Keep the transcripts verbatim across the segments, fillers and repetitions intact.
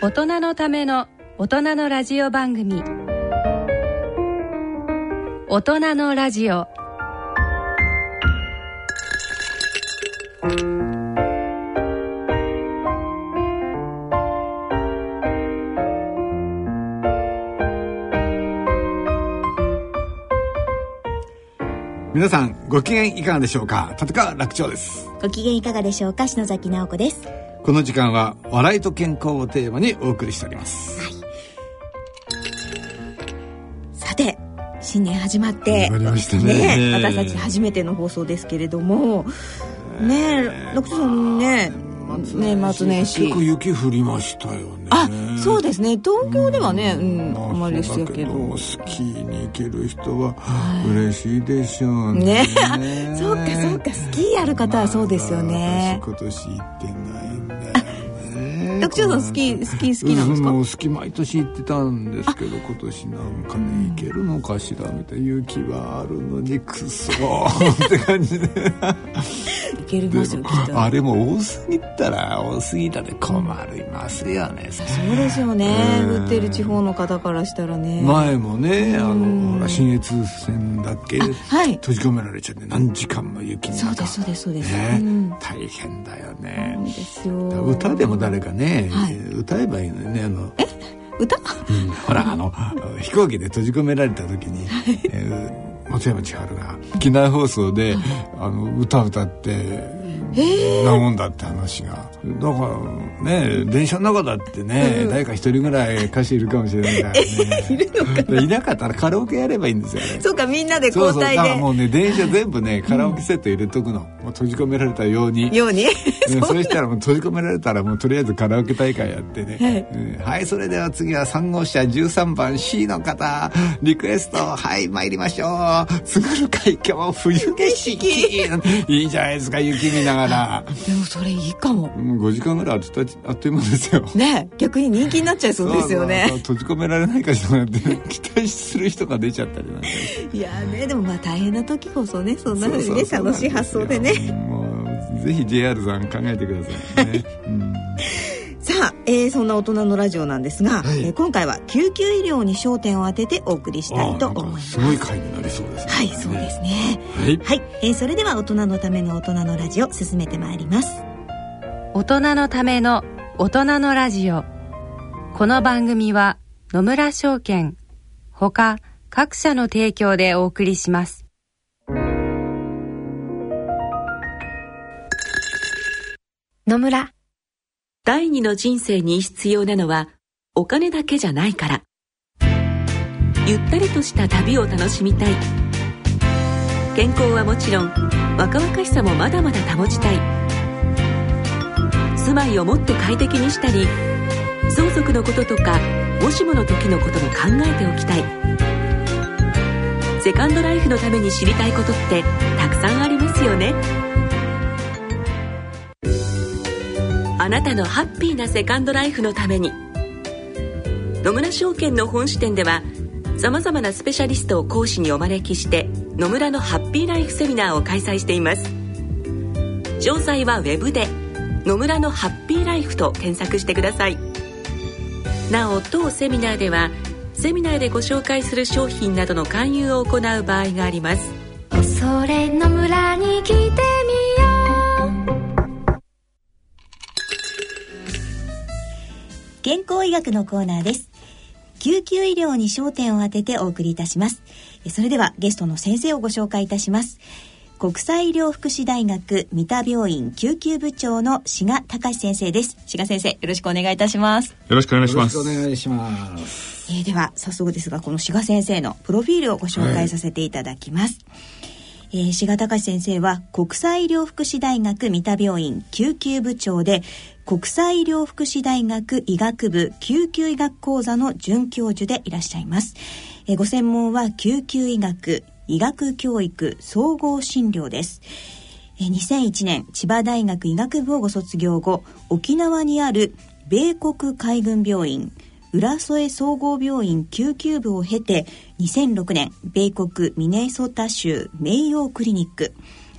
大人のための大人のラジオ番組、大人のラジオ。 皆さんご機嫌いかがでしょうか。立川楽長です。 ご機嫌いかがでしょうか。篠崎直子です。 この時間は笑いと健康をテーマにお送りしております、はい、 さて新年始まって始まりました ね, ね私たち初めての放送ですけれどもねえ楽長さんね年末年始結構雪降りましたよね。 あ、そうですね。東京ではね、うん、うん、あんまりでしたけどスキーに行ける人は嬉しいでしょうね。 ねそうかそうか、スキーやる方はそうですよね。 まあ、私今年行ってないんだよね。 楽長さんスキースキー好きなんですか。 もうスキー毎年行ってたんですけど今年なんかね行けるのかしらみたいな。雪はあるのにクソって感じでいけますよきっと。 あれも多すぎたら多すぎたで困りますよね。 そうですよね。降ってる地方の方からしたらね。 前もねあのほら信越線だっけ、はい、閉じ込められちゃって何時間も雪の中。 そうですそうですそうです、 ね、 うん、 大変だよね。 そうですよ。 歌でも誰かね、はい、歌えばいいのにね。あのえ歌、 うん、ほらあの飛行機で閉じ込められた時に、はい、えー、松山千春が機内放送で、はい、あの歌歌ってなもんだって話が。だからね電車の中だってね、うん、誰か一人ぐらい歌手いるかもしれないからねいるのかな。 いなかったらカラオケやればいいんですよね。 そうかみんなで交代で。そうそうだからもうね電車全部ねカラオケセット入れとくの、もう閉じ込められたようにようにそ, そうしたらもう閉じ込められたらもうとりあえずカラオケ大会やってね、はいうん、はいそれでは次はさん号車じゅうさんばん C の方リクエストはい参りましょう。津軽海峡冬景色いいじゃないですか雪見ながら。 でもそれいいかも。 もうごじかんぐらいあっという間ですよね。逆に人気になっちゃいそうですよね。 そうそうそう閉じ込められないかしらって期待する人が出ちゃったりなんかいやねでもまあ大変な時こそねそんな風にね楽しい発想でね。 もうぜひ ジェイアール さん考えてくださいね、うんさあ、えー、そんな大人のラジオなんですが、はいえー、今回は救急医療に焦点を当ててお送りしたいと思います。 すごい回になりそうですね。 はいそうですね。はい、はいえー、それでは大人のための大人のラジオ進めてまいります。 大人のための大人のラジオ。この番組は野村証券ほか各社の提供でお送りします。 野村、第二の人生に必要なのはお金だけじゃないから。ゆったりとした旅を楽しみたい。健康はもちろん若々しさもまだまだ保ちたい。住まいをもっと快適にしたり相続のこととかもしもの時のことも考えておきたい。セカンドライフのために知りたいことってたくさんありますよね。あなたのハッピーなセカンドライフのために野村証券の本支店ではさまざまなスペシャリストを講師にお招きして野村のハッピーライフセミナーを開催しています。詳細はウェブで野村のハッピーライフと検索してください。なお当セミナーではセミナーでご紹介する商品などの勧誘を行う場合があります。 それ野村に来てみよう。 健康医学のコーナーです。救急医療に焦点を当ててお送りいたします。それではゲストの先生をご紹介いたします。国際医療福祉大学三田病院救急部長の志賀隆先生です。志賀先生よろしくお願いいたします。 よろしくお願いします。 よろしくお願いします、 えー、では早速ですがこの志賀先生のプロフィールをご紹介させていただきます、はいえー、志賀隆先生は国際医療福祉大学三田病院救急部長で国際医療福祉大学医学部救急医学講座の准教授でいらっしゃいます。えー、ご専門は救急医学、医学教育、総合診療です。えー、にせんいちねん千葉大学医学部をご卒業後、沖縄にある米国海軍病院浦添総合病院救急部を経てにせんろくねん米国ミネソタ州メイヨークリニック、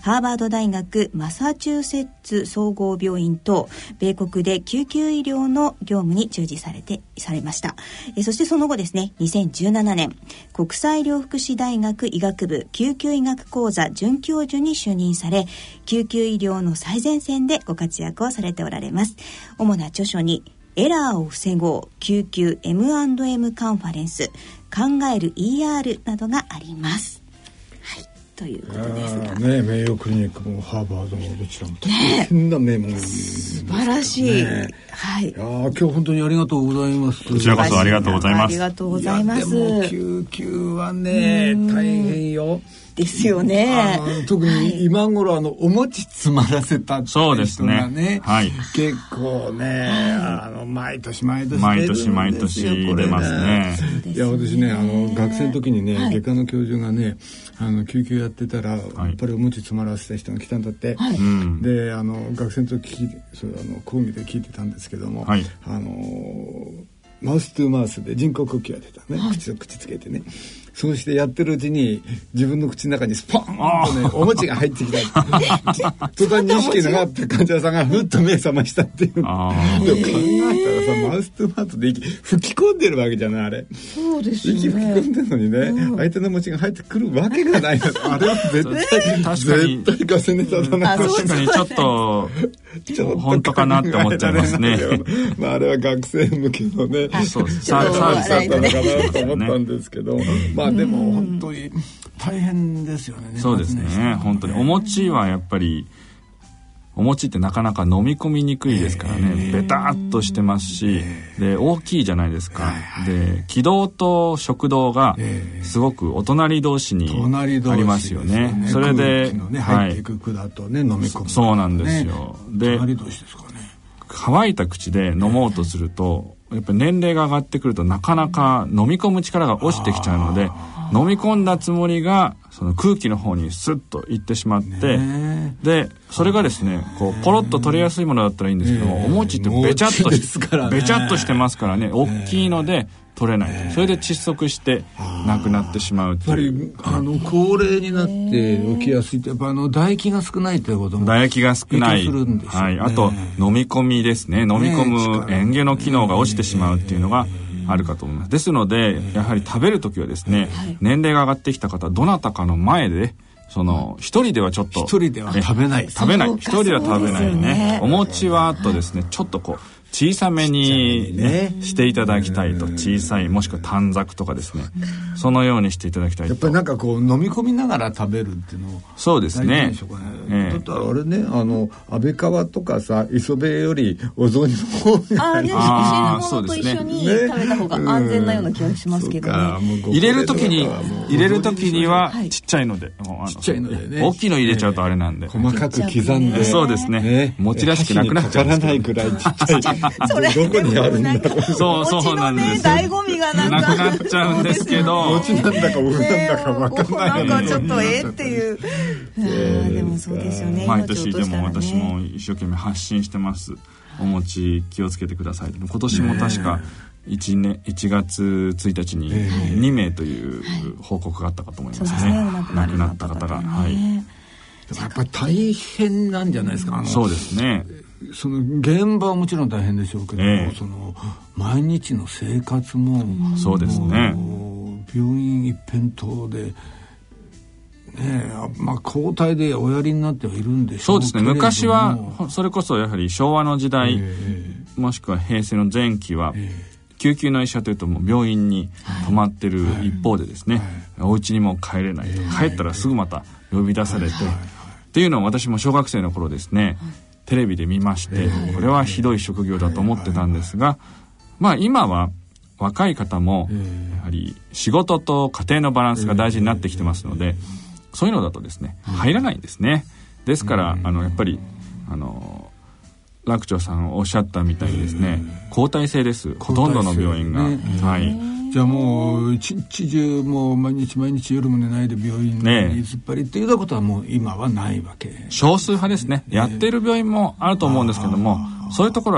ハーバード大学マサチューセッツ総合病院と米国で救急医療の業務に従事されてされました。えそしてその後ですね、にせんじゅうななねん国際医療福祉大学医学部救急医学講座准教授に就任され、救急医療の最前線でご活躍をされておられます。主な著書にエラーを防ごう救急 エムアンドエム カンファレンス、考える イーアール などがあります。はい、ということですが、 ね、名誉クリニックもハーバードもどちらも大変な名門、ね、 素晴らしい、ね、はい、いや今日本当にありがとうございます。 こちらこそありがとうございます。 ありがとうございます。 でも救急はね大変よですよね。 特に今頃あのお餅詰まらせたって人がね、そうですね、はい、結構ね、はい、あの毎年毎年毎年毎年出ますね。 いや私ね、あの学生の時にね、はい、外科の教授がね、あの救急やってたら、はい、やっぱりお餅詰まらせた人が来たんだって、はい、であの学生の時それあの講義で聞いてたんですけども、はい、あのマウストゥーマウスで人工呼吸やってたね、はい、口を口つけてね、そうしてやってるうちに自分の口の中にスポーンとねお餅が入ってきた途端に意識のなかった患者さんがふっと目覚ましたっていう。あでも考えたらさ、マウストゥーマウスで息吹き込んでるわけじゃないあれ。 そうですよね。 息吹き込んでるのにね、うん、相手の餅が入ってくるわけがないあれは絶対確かに絶対ガセネタだな。 確かにちょっとちょっと本当かなって思っちゃいますね。 まああれは学生向けのねそうですサービスだったのかなと思ったんですけど、まあでも本当に大変ですよね。 そうですね、本当にお餅はやっぱりお餅ってなかなか飲み込みにくいですからね、えー、ベタっとしてますし、えー、で大きいじゃないですか、えー、で気道と食道がすごくお隣同士にありますよね、えー、それで、 ね、入っていく管とね、はい、飲み込む、ね、 そうなんですよ。で隣同士ですかね。 乾いた口で飲もうとすると、えー、やっぱり年齢が上がってくるとなかなか飲み込む力が落ちてきちゃうので、飲み込んだつもりがその空気の方にスッといってしまって、でそれがですねこうポロッと取れやすいものだったらいいんですけども、お餅ってベチャッとし、ね、ベチャッとしてますからね、大きいので取れない、それで窒息して亡くなってしまうっていう。 やっぱりあの高齢になって起きやすいって、やっぱあの唾液が少ないということも唾液が少ない、はい、あと飲み込みですね、飲み込む嚥下の機能が落ちてしまうっていうのがあるかと思います。ですのでやはり食べるときはですね、年齢が上がってきた方はどなたかの前でその一人ではちょっと一人では食べない食べない一人では食べないね。お餅はあとですね、ちょっとこう小さめに、ね、していただきたいと、小さいもしくは短冊とかですね、そのようにしていただきたいと。 やっぱりなんかこう飲み込みながら食べるっていうのをそうですね。 ええ、だってあれね、あの安倍川とかさ磯辺よりお雑煮の方があ、ね、あ石のものと一緒に食べた方が安全なような気がしますけどね。 ね、入れるときに入れるときにはちっちゃいので、 はい、ちっちゃいのでね、 大きいの入れちゃうとあれなんで、 細かく刻んで、 そうですね、ね、餅らしくなくなっちゃうんですけど、 箸にかからないくらいちっちゃいそれどこにあるんだろう。 そうそうなんです。 醍醐味がなんかなくなっちゃうんですけど、 餅なんだかお麩なんだか分かんない。 なんかちょっとえーっていう。あでもそうですよね。 毎年でも私も一生懸命発信してます。お餅気をつけてください。今年も確かいちねんいちがつついたちににめいという報告があったかと思いますね。亡くなった方が。はい。 やっぱり大変なんじゃないですか。 そうですね。 その現場はもちろん大変でしょうけど、えー、その毎日の生活もそうですね、 病院一辺倒で、ね、まあ交代でおやりになってはいるんでしょうけれども、 そうですね、昔はそれこそやはり昭和の時代、えー、もしくは平成の前期は、えー、救急の医者というともう病院に泊まってる一方でですね、はいはい、お家にも帰れない、えー、帰ったらすぐまた呼び出されて、はいはいはい、っていうのを私も小学生の頃ですね、はいテレビで見まして、これはひどい職業だと思ってたんですが、まあ今は若い方もやはり仕事と家庭のバランスが大事になってきてますので、そういうのだとですね入らないんですね。ですからあのやっぱりあの楽長さんおっしゃったみたいにですね、交代制です。ほとんどの病院が、はい。 じゃあもう一日中もう毎日毎日夜も寝ないで病院に突っ張りっていうようなことはもう今はないわけ。 少数派ですね。やっている病院もあると思うんですけども、そういうところは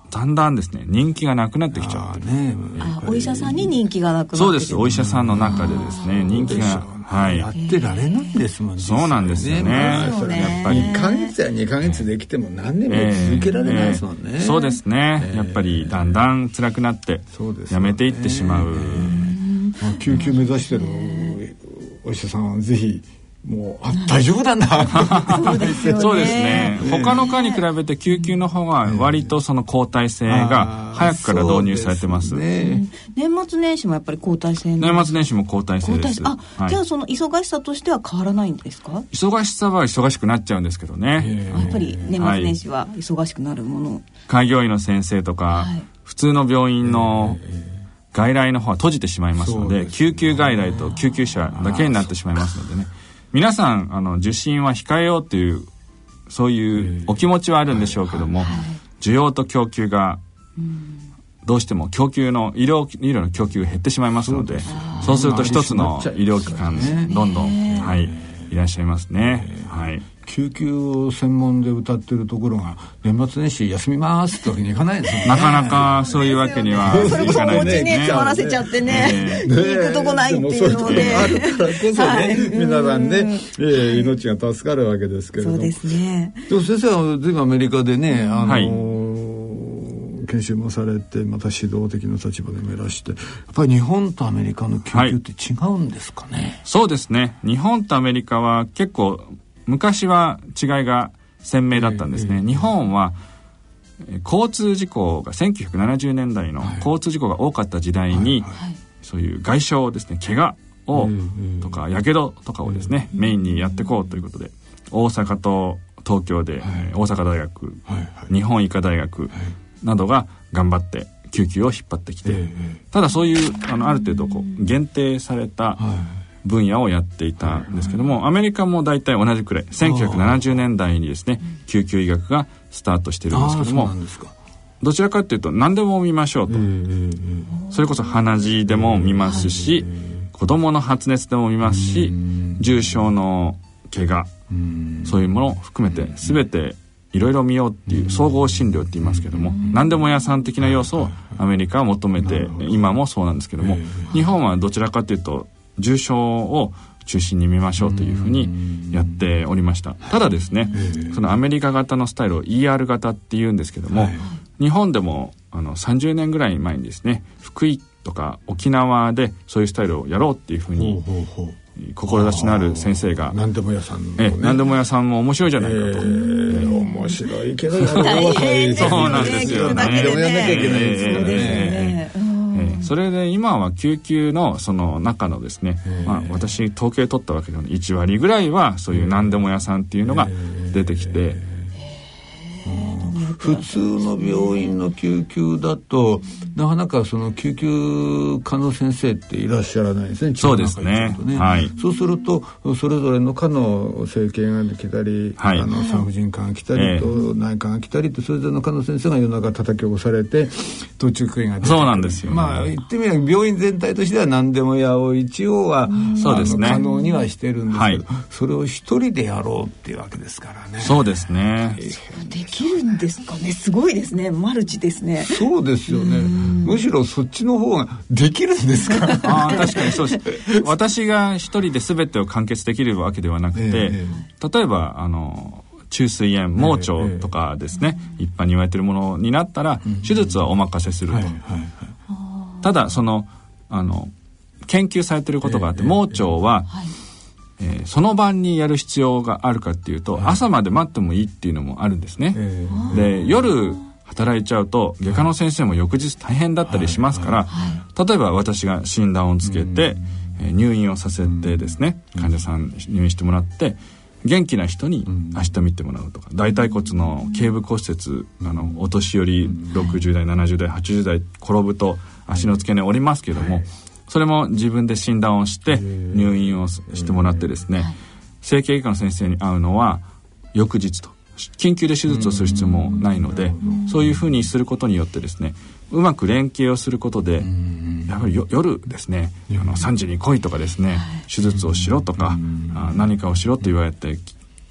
だんだんですね人気がなくなってきちゃって、ね、 あお医者さんに人気がなくなってそうです。お医者さんの中でですね人気が、はい、 やってられないですもんね。 そうなんですよね。 まあ、それやっぱりいっかげつやにかげつできても何年も続けられないですもんね、 えーえー、そうですね、えー、やっぱりだんだん辛くなってやめていってしまう、えーまあ、救急目指してるお医者さんはぜひもうあ大丈夫なんだそうですよね。 そうですね。他の科に比べて救急の方が割とその交代制が早くから導入されてます。 ね、年末年始もやっぱり交代制。 年末年始も交代制です。 あ、はい、じゃあその忙しさとしては変わらないんですか？ 忙しさは忙しくなっちゃうんですけどね。 やっぱり年末年始は忙しくなるもの。はい、 開業医の先生とか、はい、普通の病院の外来の方は閉じてしまいますので、救急外来と救急車だけになってしまいますのでね。皆さんあの受診は控えようというそういうお気持ちはあるんでしょうけども、需要と供給がどうしても供給の医療、医療の供給が減ってしまいますので、そうすると一つの医療機関どんどん、はい、いらっしゃいますね。はい、 救急を専門で歌ってるところが年末年始休みますってわけにいかないですよね。 なかなかそういうわけにはいかないですね。 それこそお家に座らせちゃってね、えー、行くとこないっていうので、 ね、あるからこそね、はい、皆さんね、えー、命が助かるわけですけれども。 そうですね。 でも先生は随分アメリカでね、あのーはい研修もされてまた指導的な立場でもいらして、やっぱり日本とアメリカの救急って違うんですかね？はい、 そうですね。日本とアメリカは結構昔は違いが鮮明だったんですね。えー、日本は交通事故がせんきゅうひゃくななじゅうねんだいの交通事故が多かった時代に、はいはい、そういう外傷をですね、怪我を、えー、とかやけどとかをですね、えー、メインにやっていこうということで、大阪と東京で、はい、大阪大学、はいはい、日本医科大学、はいなどが頑張って救急を引っ張ってきて、えー、ただそういう あのある程度こう限定された分野をやっていたんですけども、はい、アメリカも大体同じくらいせんきゅうひゃくななじゅうねんだいにですね救急医学がスタートしてるんですけども、どちらかというと何でも見ましょうと、えー、それこそ鼻血でも見ますし、えー、子どもの発熱でも見ますし、重症の怪我、そういうものを含めて全ていろいろ見ようっていう総合診療って言いますけども、何でも屋さん的な要素をアメリカは求めて、今もそうなんですけども、日本はどちらかというと重症を中心に見ましょうというふうにやっておりました。ただですね、そのアメリカ型のスタイルを イーアール 型って言うんですけども、日本でもあのさんじゅうねんぐらい前にですね、福井とか沖縄でそういうスタイルをやろうっていうふうに志のある先生が、 何でも屋さんの、 ね、何でも屋さんも面白いじゃないかと、えー、面白いけどやるのは大変そうなんですよね。 何でもやんなきゃいけないですよね。 えーえー、それで今は救急のその中のですね、まあ、私統計取ったわけでもいちわりぐらいはそういう何でも屋さんっていうのが出てきて、 普通の病院の救急だとなかなかその救急科の先生っていらっしゃらないですね。 そうですね。はい、 そうするとそれぞれの科の整形が来たり、はい、あの産婦人科が来たりと、えー、内科が来たりと、それぞれの科の先生が世の中叩き起こされて途中経が出てくる。 そうなんですよ、ね。 まあ言ってみれば病院全体としては何でもやを一応は、 そうですね、 可能にはしてるんですけど、 はい、 それを一人でやろうっていうわけですからね。 そうですね。 できるんですかね。すごいですね。マルチですね。 そうですよね。むしろそっちの方ができるんですか。 あ、確かにそうです。私が一人で全てを完結できるわけではなくて、えー、例えばあの虫垂炎、盲腸とかですね、えーえー、一般に言われているものになったら、うん、手術はお任せすると、はいはいはい、ただそのあの研究されていることがあって、えー、盲腸は、はいえー、その晩にやる必要があるかっていうと、はい、朝まで待ってもいいっていうのもあるんですね、えー、で夜働いちゃうと外科の先生も翌日大変だったりしますから、はいはいはい、例えば私が診断をつけて、えー、入院をさせてですね、患者さん入院してもらって元気な人に明日見てもらうとか、大腿骨の頸部骨折、あのお年寄りろくじゅうだいななじゅうだいはちじゅうだい転ぶと足の付け根折りますけども、それも自分で診断をして入院をしてもらってですね、整形外科の先生に会うのは翌日と、緊急で手術をする必要もないので、そういうふうにすることによってですね、うまく連携をすることで、やはり夜ですね、あのさんじに来いとかですね、手術をしろとか、あ何かをしろと言われて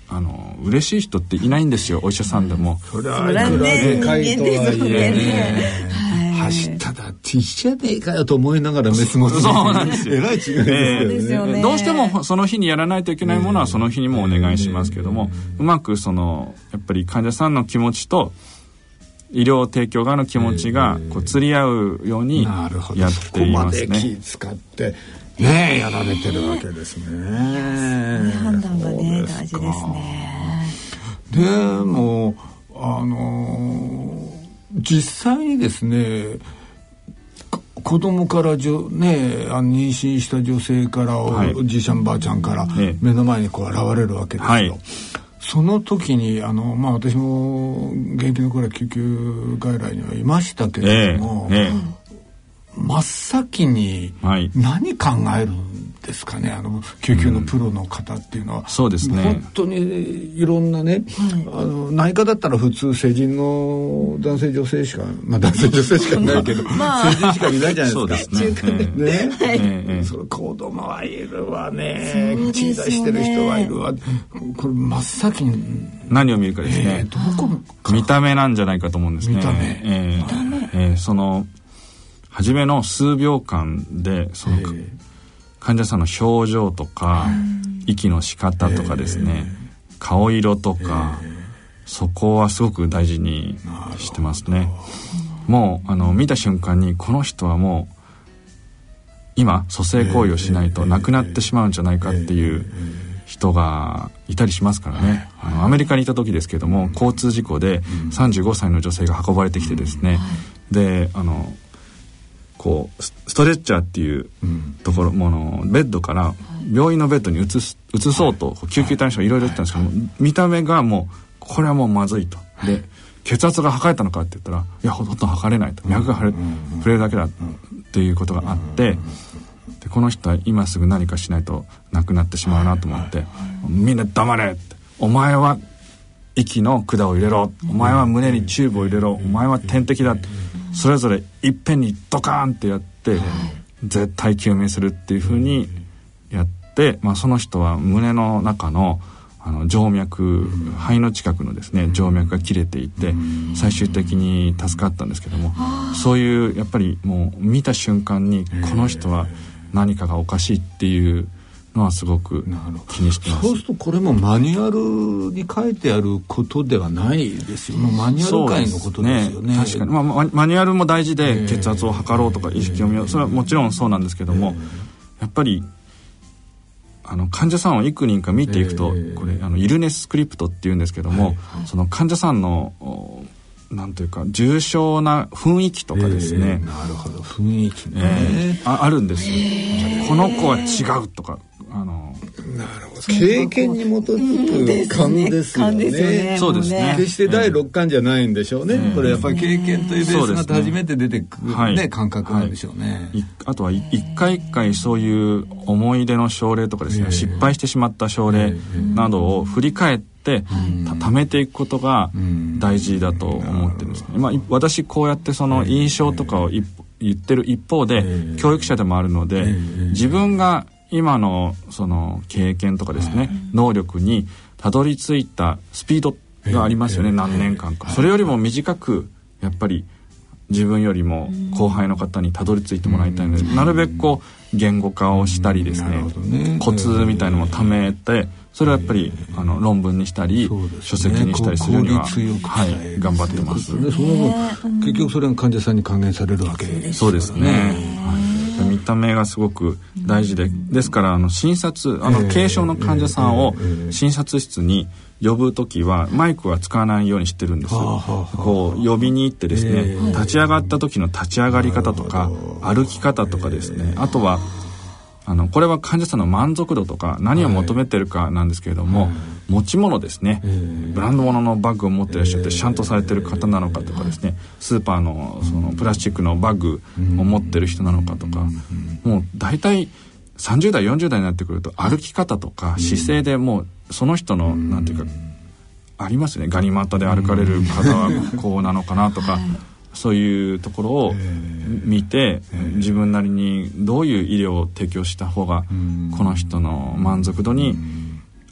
あの嬉しい人っていないんですよ、お医者さんでも。 それはいくらでかいとはいえね、走っただって一緒じゃねえかよと思いながらメスもそうなんですよ。 えらい違いですよね。 どうしてもその日にやらないといけないものはその日にもお願いしますけども、うまくそのやっぱり患者さんの気持ちと医療提供側の気持ちがこう釣り合うようにやっていますね。 そこまで気使ってねえやられてるわけですね。 判断がね大事ですね。 でもあのー、実際にですね、子供からじょ、ね、あの妊娠した女性から、はい、おじいちゃんばあちゃんから目の前にこう現れるわけですよ、はい、その時にあの、まあ、私も現役の頃は救急外来にはいましたけれども、ええええ、真っ先に何考えるんですかね、あの救急のプロの方っていうのは、うん、 そうですね、 本当にいろんなね、はい、あの内科だったら普通成人の男性女性しか、まあ男性女性しかいないけど、まあ、成人しかいないじゃないですか。そうですね。ね、はい、えー、それ子供はいるわね、口出してる人はいるわ。これ真っ先に何を見るかですね、えー、どこか見た目なんじゃないかと思うんですね。 見た目、 えー、見た目、えー、その初めの数秒間でその、えー患者さんの表情とか息の仕方とかですね、えー、顔色とか、えー、そこはすごく大事にしてますね。もうあの見た瞬間にこの人はもう今蘇生行為をしないと亡くなってしまうんじゃないかっていう人がいたりしますからね。あのアメリカにいた時ですけども、交通事故でさんじゅうごさいの女性が運ばれてきてですね、であのこうストレッチャーっていうところ、うん、ものベッドから病院のベッドに移す移そうと、はい、救急隊の人がいろいろ言ったんですけども、はい、見た目がもうこれはもうまずいと、はい、で血圧が測れたのかって言ったら、いやほとんど測れないと、脈が触れ、うん、触れるだけだっていうことがあって、でこの人は今すぐ何かしないと亡くなってしまうなと思って、はい、みんな黙れって、お前は息の管を入れろ、お前は胸にチューブを入れろ、お前は点滴だって、それぞれいっぺんにドカーンってやって、はい、絶対救命するっていう風にやって、まあ、その人は胸の中の、あの静脈、肺の近くのですね静脈が切れていて最終的に助かったんですけども、そういうやっぱりもう見た瞬間にこの人は何かがおかしいっていうのはすごく気にしてます。 そうするとこれもマニュアルに書いてあることではないですよ。もうマニュアル界のことですよね。 ね、確かに、まあ、マニュアルも大事で血圧を測ろうとか意識を見よう、それはもちろんそうなんですけども、やっぱりあの患者さんを幾人か見ていくと、これあのイルネススクリプトっていうんですけども、その患者さんのなんというか重症な雰囲気とかですね、 えー、なるほど、雰囲気ね、 えー、あ, あるんですよ、えー、この子は違うとか、あのなるほど、経験に基づく勘ですよね、うん、 そうですね、 決してだいろっかんじゃないんでしょうね、えー、これやっぱり経験というベースが初めて出てくる、ねはい、感覚なんでしょうね、 はい、あとは一回一回そういう思い出の症例とかですね、えー、失敗してしまった症例などを振り返ってた貯めていくことが大事だと思ってるんですね。まあ、私こうやってその印象とかを一言ってる一方で教育者でもあるので、自分が今のその経験とかですね能力にたどり着いたスピードがありますよね、何年間か。それよりも短くやっぱり自分よりも後輩の方にたどり着いてもらいたいので、なるべくこう言語化をしたりですね、コツみたいなのを貯めて、それはやっぱりあの論文にしたり、ね、書籍にしたりするには、はい、頑張ってます。 でその後、結局それが患者さんに還元されるわけです、ね、 そうですね、はい、見た目がすごく大事で、ですからあの診察、あの軽症の患者さんを診察室に呼ぶときはマイクは使わないようにしてるんですよ。こう呼びに行ってですね、立ち上がった時の立ち上がり方とか歩き方とかですね、あとはあのこれは患者さんの満足度とか何を求めてるかなんですけれども、はい、持ち物ですね、ブランド物のバッグを持っていらっしゃってシャンとされてる方なのかとかですね、スーパーのそのプラスチックのバッグを持ってる人なのかとか、もう大体さんじゅう代よんじゅう代になってくると歩き方とか姿勢でもうその人のなんていうかありますね、ガニ股で歩かれる方はこうなのかなとか、そういうところを見て自分なりにどういう医療を提供した方がこの人の満足度に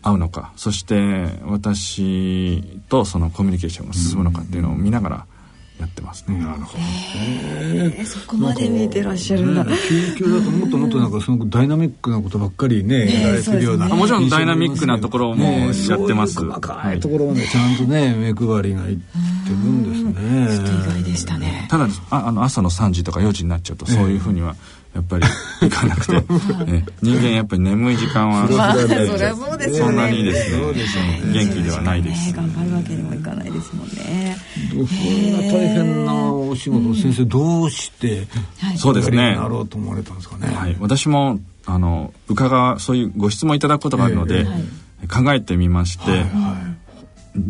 合うのか、そして私とそのコミュニケーションが進むのかっていうのを見ながらやってますね。 なるほど、 えー、そこまで見てらっしゃるんだ。 ね、救急だともっともっとなんかすごくダイナミックなことばっかりね、やられてるような、 ね、もちろんダイナミックなところもやってます。 ね、細かいところまでちゃんとね、目配りがいってるんですね。 ちょっと意外でしたね。 ただああの朝のさんじとかよじになっちゃうとそういうふうにはやっぱりいかなくて、え人間やっぱり眠い時間は、 まあ、そりゃそうですよね。 そんなにですね、元気ではないです。 ね、頑張るわけにもいかないですもんね。 そんな大変なお仕事を先生どうしてそうですね、 なろうと思われたんですかね。 はい、私もあの伺うそういうご質問いただくことがあるので、えーはい、考えてみまして、はいはい、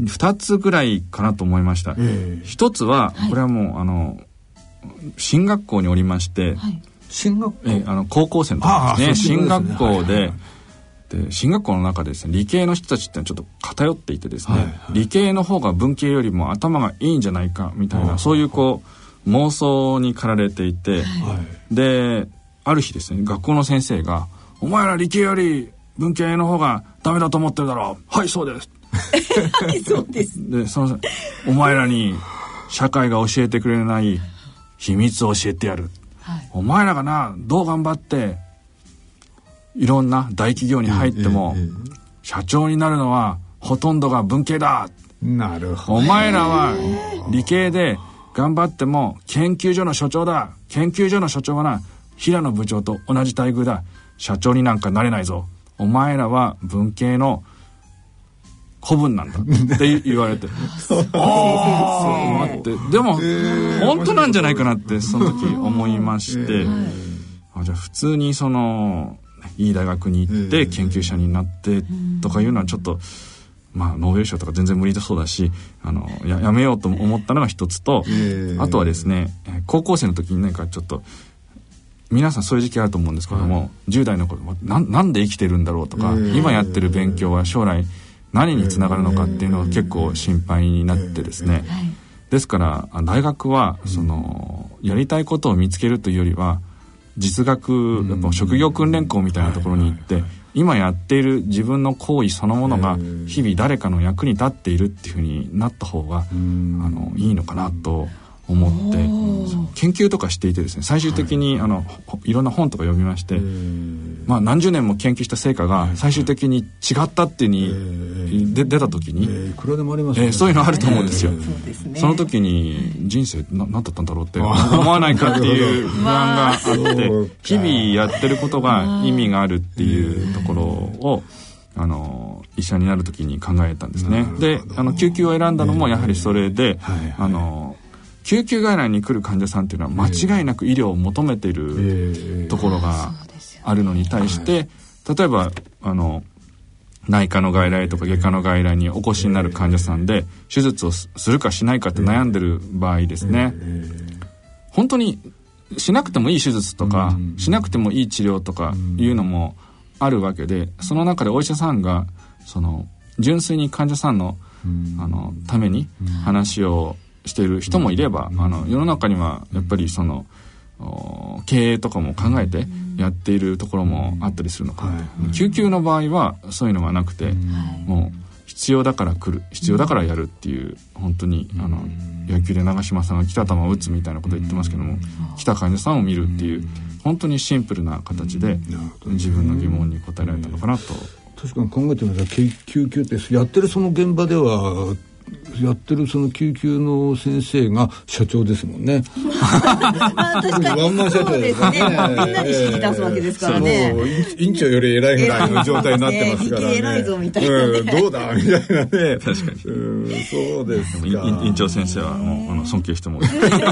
ふたつぐらいかなと思いました。えー、ひとつはこれはもうあの進学校におりまして、はい、 進学校、 えあの高校生の時ですね、進学校で、はいはいはい、で進学校の中でですね、理系の人たちってのはちょっと偏っていてですね、はいはい、理系の方が文系よりも頭がいいんじゃないかみたいな、そういうこう妄想に駆られていて、はい、である日ですね、学校の先生がお前ら理系より文系の方がダメだと思ってるだろう。はい、そうですそうですでそのお前らに社会が教えてくれない秘密を教えてやる、はい、お前らがなどう頑張っていろんな大企業に入っても、ええええ、社長になるのはほとんどが文系だ。 なるほど。 お前らは理系で頑張っても研究所の所長だ。研究所の所長はな平野部長と同じ待遇だ。社長になんかなれないぞ。お前らは文系の古文なんだって言われてあーってでも、えー、本当なんじゃないかなってその時思いまして、えー、あじゃあ普通にそのいい大学に行って研究者になってとかいうのはちょっと、まあ、ノーベル賞とか全然無理だそうだし、あの や, やめようと思ったのが一つと、えー、あとはですね、高校生の時になんかちょっと皆さんそういう時期あると思うんですけども、はい、じゅう代の頃 な, なんで生きてるんだろうとか、えー、今やってる勉強は将来何につながるのかっていうのは結構心配になってですね、えーはい、ですから大学はそのやりたいことを見つけるというよりは実学やっぱ職業訓練校みたいなところに行って、はいはいはい、今やっている自分の行為そのものが日々誰かの役に立っているっていうふうになった方が、あのいいのかなと思って研究とかしていてですね、最終的に、はい、あのいろんな本とか読みまして、まあ、何十年も研究した成果が最終的に違ったっていうにで出た時に、いくらでもありますね、えー、そういうのあると思うんですよ、えー そうですね、その時に人生な何だったんだろうって思わないかっていう不安があって日々やってることが意味があるっていうところをあの医者になる時に考えたんですね。であの救急を選んだのもやはりそれで、えーはいはい、あの救急外来に来る患者さんっていうのは間違いなく医療を求めているところがあるのに対して、例えばあの内科の外来とか外科の外来にお越しになる患者さんで手術をするかしないかって悩んでる場合ですね、本当にしなくてもいい手術とかしなくてもいい治療とかいうのもあるわけで、その中でお医者さんがその純粋に患者さんのあのために話をしている人もいれば、あの世の中にはやっぱりその経営とかも考えてやっているところもあったりするのかなと、はい、救急の場合はそういうのがなくて、はい、もう必要だから来る必要だからやるっていう、本当にあの野球で長嶋さんが来た球を打つみたいなことを言ってますけども、来た患者さんを見るっていう本当にシンプルな形で自分の疑問に答えられたのかなと。 確かに考えてみたら救急ってやってるその現場ではやってるその救急の先生が社長ですもんね。 まあ確かにワンマン社長ですね。みんなで指示出すわけですからね。 院長より偉いぐらいの状態になってますからね。 偉いぞみたいな、ね、 うん、どうだみたいなね。確かに。うん、そうですか。 院長先生はもうあの尊敬しても、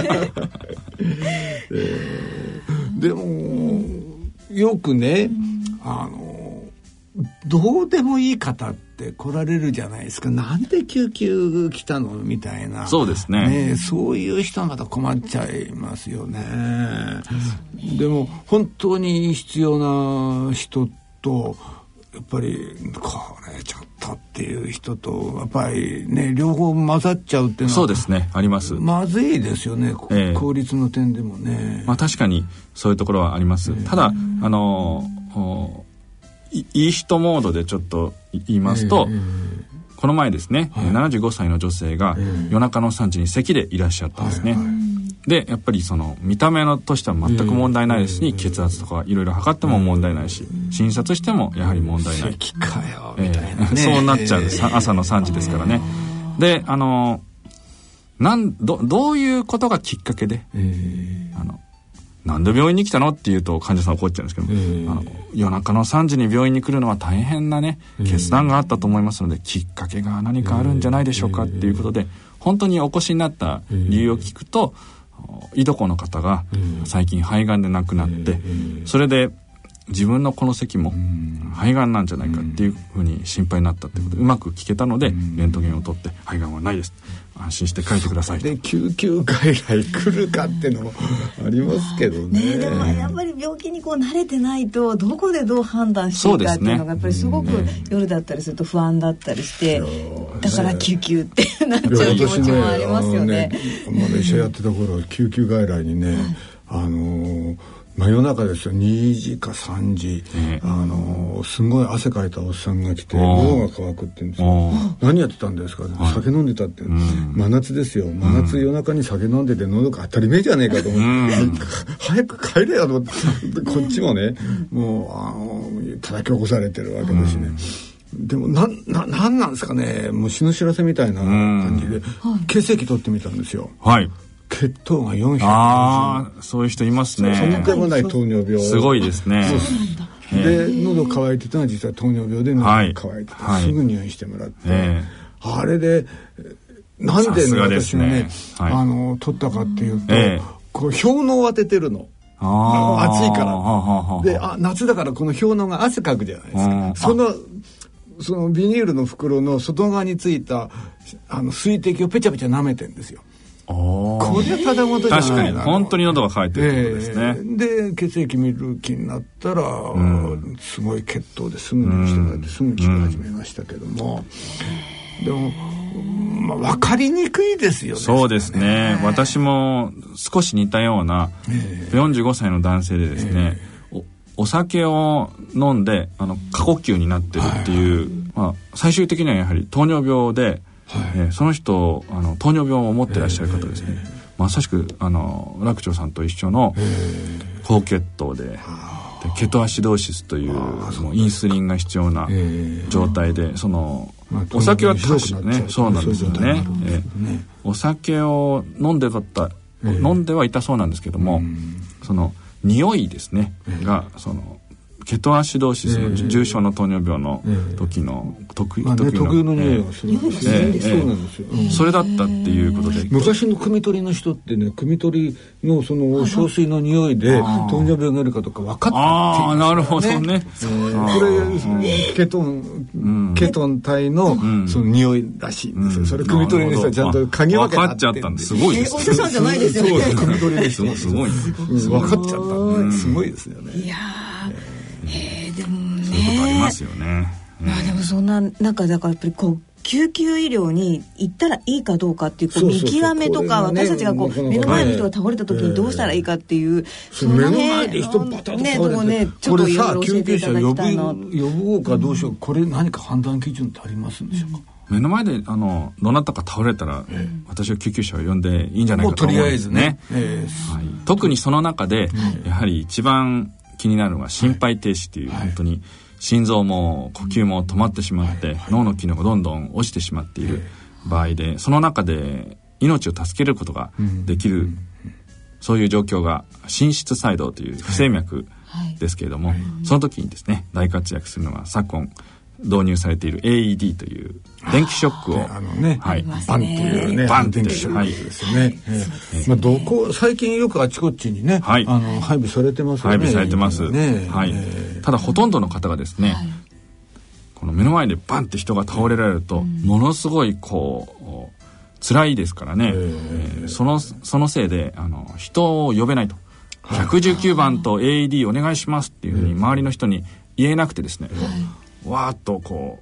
えー、でもよくね、あのどうでもいい方って来られるじゃないですか。なんで救急来たのみたいな。 そうですね。 ね、そういう人はまた困っちゃいますよね。でも本当に必要な人とやっぱりこれちょっとっていう人とやっぱりね両方混ざっちゃうっていうのはそうですね、あります。 まずいですよね、えー、効率の点でもね。 まあ確かにそういうところはあります。えー、ただあのい, いい人モードでちょっと言いますと、えー、この前ですね、はい、ななじゅうごさいの女性が夜中のさんじに咳でいらっしゃったんですね、はいはい、でやっぱりその見た目のとしては全く問題ないですし、えー、血圧とかいろいろ測っても問題ないし、えー、診察してもやはり問題ない、 咳かよみたいな、ね、 えー、そうなっちゃう、えー、朝のさんじですからね。であのなんどどういうことがきっかけで、えー、あのなんで病院に来たのっていうと患者さん怒っちゃうんですけど、えー、あの夜中のさんじに病院に来るのは大変なね決断があったと思いますので、えー、きっかけが何かあるんじゃないでしょうかっていうことで、本当にお越しになった理由を聞くと、えー、いとこの方が最近肺がんで亡くなって、えー、それで自分のこの咳も肺がんなんじゃないかっていうふうに心配になったってことで、うまく聞けたのでレントゲンを取って肺がんはないです、安心して帰ってくださいと。 で救急外来来るかっていうのもありますけど ね, ねでもやっぱり病気にこう慣れてないとどこでどう判断していいかっていうのがやっぱりすごく夜だったりすると不安だったりして、だから救急ってなっちゃう気持ちもありますよね。 マレーシアやってた頃救急外来にね、あのー真夜中ですよ、にじかさんじ、えー、あのすごい汗かいたおっさんが来て喉が渇くって言うんですよ。何やってたんですか、酒飲んでたって、うん、真夏ですよ、真夏夜中に酒飲んでて喉が当たり前じゃねえかと思って、うん、早く帰れよと思ってこっちもねもうあの叩き起こされてるわけですね、うん、でもなななんなんですかね、もう死ぬ知らせみたいな感じで、うん、血液取ってみたんですよ。はい、血糖がよんひゃくごじゅう。 ああ、そういう人いますね。 とんでもない糖尿病。 すごいですね。 で喉乾いてたのは実は糖尿病で喉が乾いてた、はい、すぐ入院してもらって、えー、あれでなんで、ね、私もね、はい、あの取ったかっていうと、えー、こう氷のを当ててるの。あ暑いからで、あ夏だからこの氷のが汗かくじゃないですか。そのそのビニールの袋の外側についたあの水滴をペチャペチャ舐めてんですよ。これただごとじゃないな。確かに本当に喉が渇いてるってことですね、えー、で血液見る気になったら、うん、すごい血糖ですぐにしてもらってすぐ効き始めましたけども、うん、でも、まあ、分かりにくいですよね。 そうですね、私も少し似たようなよんじゅうごさいの男性でですね、えー、お, お酒を飲んであの過呼吸になってるっていう、はい、まあ、最終的にはやはり糖尿病で、はい、えー、その人あの糖尿病を持ってらっしゃる方ですね、えー、まさしくあの楽長さんと一緒の高血糖で、でケトアシドーシスというもうインスリンが必要な状態で、その、まあ、お酒は確かね、そうなんですよね、えー、お酒を飲んでだった、えー、飲んではいたそうなんですけども、その匂いですね、えー、がそのケトアシドーシスの重症の糖尿病の時の特有の匂いがするんですよね。そうなんですよ。 それだったっていうことで、 昔の汲み取りの人ってね、汲み取りのその小水の匂いで糖尿病があるかとか分かったっていう、ね、 ああ、なるほどね。 これケトンケトン体のその匂いらしいんですよ。それ汲み取りの人はちゃんと嗅ぎ分け分かっちゃったんです。すごいです。 お医者さんじゃないですよね。 汲み取りの人すごい分かっちゃった。すごいですよね。 いやえー、でもね、 そういうことありますよね。 まあでもそんな中だからやっぱりこう救急医療に行ったらいいかどうかっていう、こう見極めとか、私たちがこう目の前の人が倒れた時にどうしたらいいかっていう、 その目の前で人バタッと倒れて、ね、とこね、ちょっといろいろ教えていただきたいな。呼ぼうかどうしよう、これ何か判断基準ってありますんでしょうか。 目の前であのどなたか倒れたら、えー、私は救急車を呼んでいいんじゃないかと思うんですね。とりあえずね、えーはい、特にその中で、うん、やはり一番気になるのは心肺停止という、はい、本当に心臓も呼吸も止まってしまって、はいはい、脳の機能がどんどん落ちてしまっている場合で、その中で命を助けることができる、うん、そういう状況が心室細動という不整脈ですけれども、はいはい、その時にですね大活躍するのが昨今導入されている エーイーディー という電気ショックを、 あのね、はい、バンっていうね、バン電気ショックですよね。はい、えーまあ、どこ最近よくあちこちにね、はい、あの配備されてますよね。 配備されてます。ね、はい。えー、ただほとんどの方がですね、はい、この目の前でバンって人が倒れられると、うん、ものすごいこう辛いですからね。えー、そのそのせいであの人を呼べないと、ひゃくじゅうきゅうばんと エーイーディー お願いしますっていうふうに周りの人に言えなくてですね。はい、わーっとこう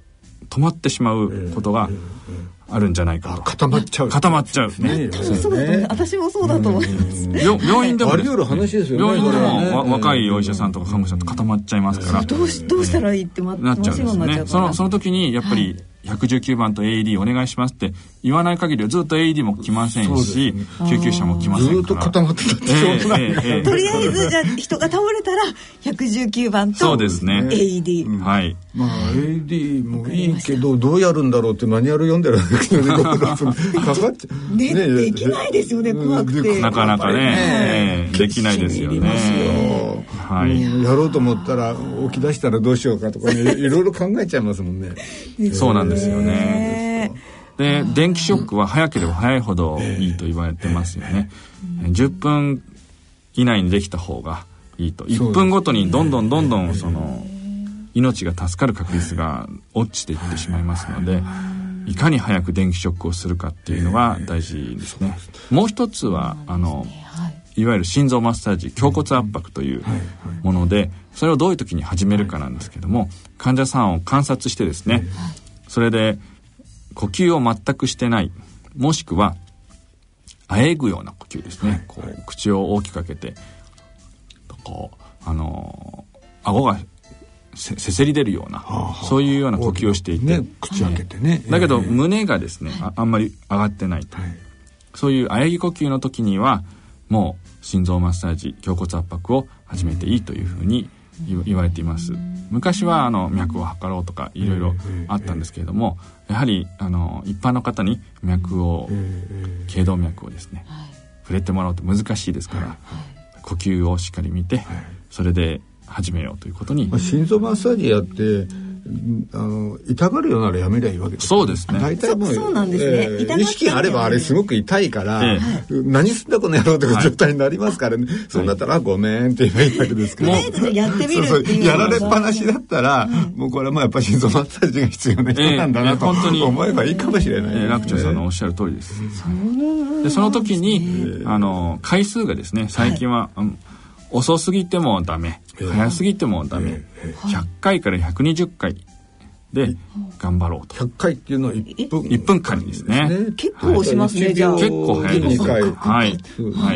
止まってしまうことがあるんじゃないかと。 固まっちゃう。 固まっちゃうね。 そうだと思う。私もそうだと思います。 病院でもあり得る話ですよね。 病院でも若いお医者さんとか看護師さんと固まっちゃいますから。 どうしどうしたらいいってなっちゃうんですね。 そのその時にやっぱりひゃくじゅうきゅうばんと エーイーディー お願いしますって言わない限りはずっと エーイーディー も来ませんし、救急車も来ませんから。 ずっと固まってたってしょうがない。 とりあえずじゃあ人が倒れたらひゃくじゅうきゅうばんと エーイーディー。 はい。 まあ エーイーディー もいいけどどうやるんだろうってマニュアル読んでるんだけどね。かかっちゃねできないですよね怖くて。 なかなかねできないですよね。はい。 やろうと思ったら起き出したらどうしようかとかねいろいろ考えちゃいますもんね。 そうなんですよね。で電気ショックは早ければ早いほどいいと言われてますよね。じゅっぷん以内にできた方がいいと。いっぷんごとにどんどんどんどんその命が助かる確率が落ちていってしまいますので、いかに早く電気ショックをするかっていうのが大事ですね。もう一つはあのいわゆる心臓マッサージ胸骨圧迫というもので、それをどういう時に始めるかなんですけども、患者さんを観察してですね、それで呼吸を全くしてない、もしくはあえぐような呼吸ですね、こう口を大きく開けてこうあの顎がせせせり出るような、そういうような呼吸をしていて、 ね、口開けてね、 だけど胸がですね あ, あんまり上がってないと、そういうあえぎ呼吸の時にはもう心臓マッサージ胸骨圧迫を始めていいというふうに言われています。昔はあの脈を測ろうとかいろいろあったんですけれども、やはりあの一般の方に脈を頸動脈をですね触れてもらうと難しいですから、呼吸をしっかり見てそれで始めようということに、 まあ、心臓マッサージやってあの痛がるようならやめりゃいいわけです。 そうですね。 大体もう、 そうなんですね、 えー、意識があればあれすごく痛いから、えー、何すんだこの野郎という状態になりますからね、はい、そうなったらごめんって言えばいいわけですから、 とりあえずやってみるっていうそうそうやられっぱなしだったら、はい、もうこれもやっぱり心臓マッサージが必要な人なんだなと、えー、本当に思えばいいかもしれない、ね。 楽長さんのおっしゃる通りです。でその時に、えー、あの回数がですね最近は、はい、遅すぎてもダメ、早すぎてもダメ、ひゃっかいからひゃくにじゅっかいで頑張ろうと。 ひゃっかいっていうのはいっぷんいっぷんかんですね。 結構しますね、はい、じゃあ結構早いです。はい、はいはい、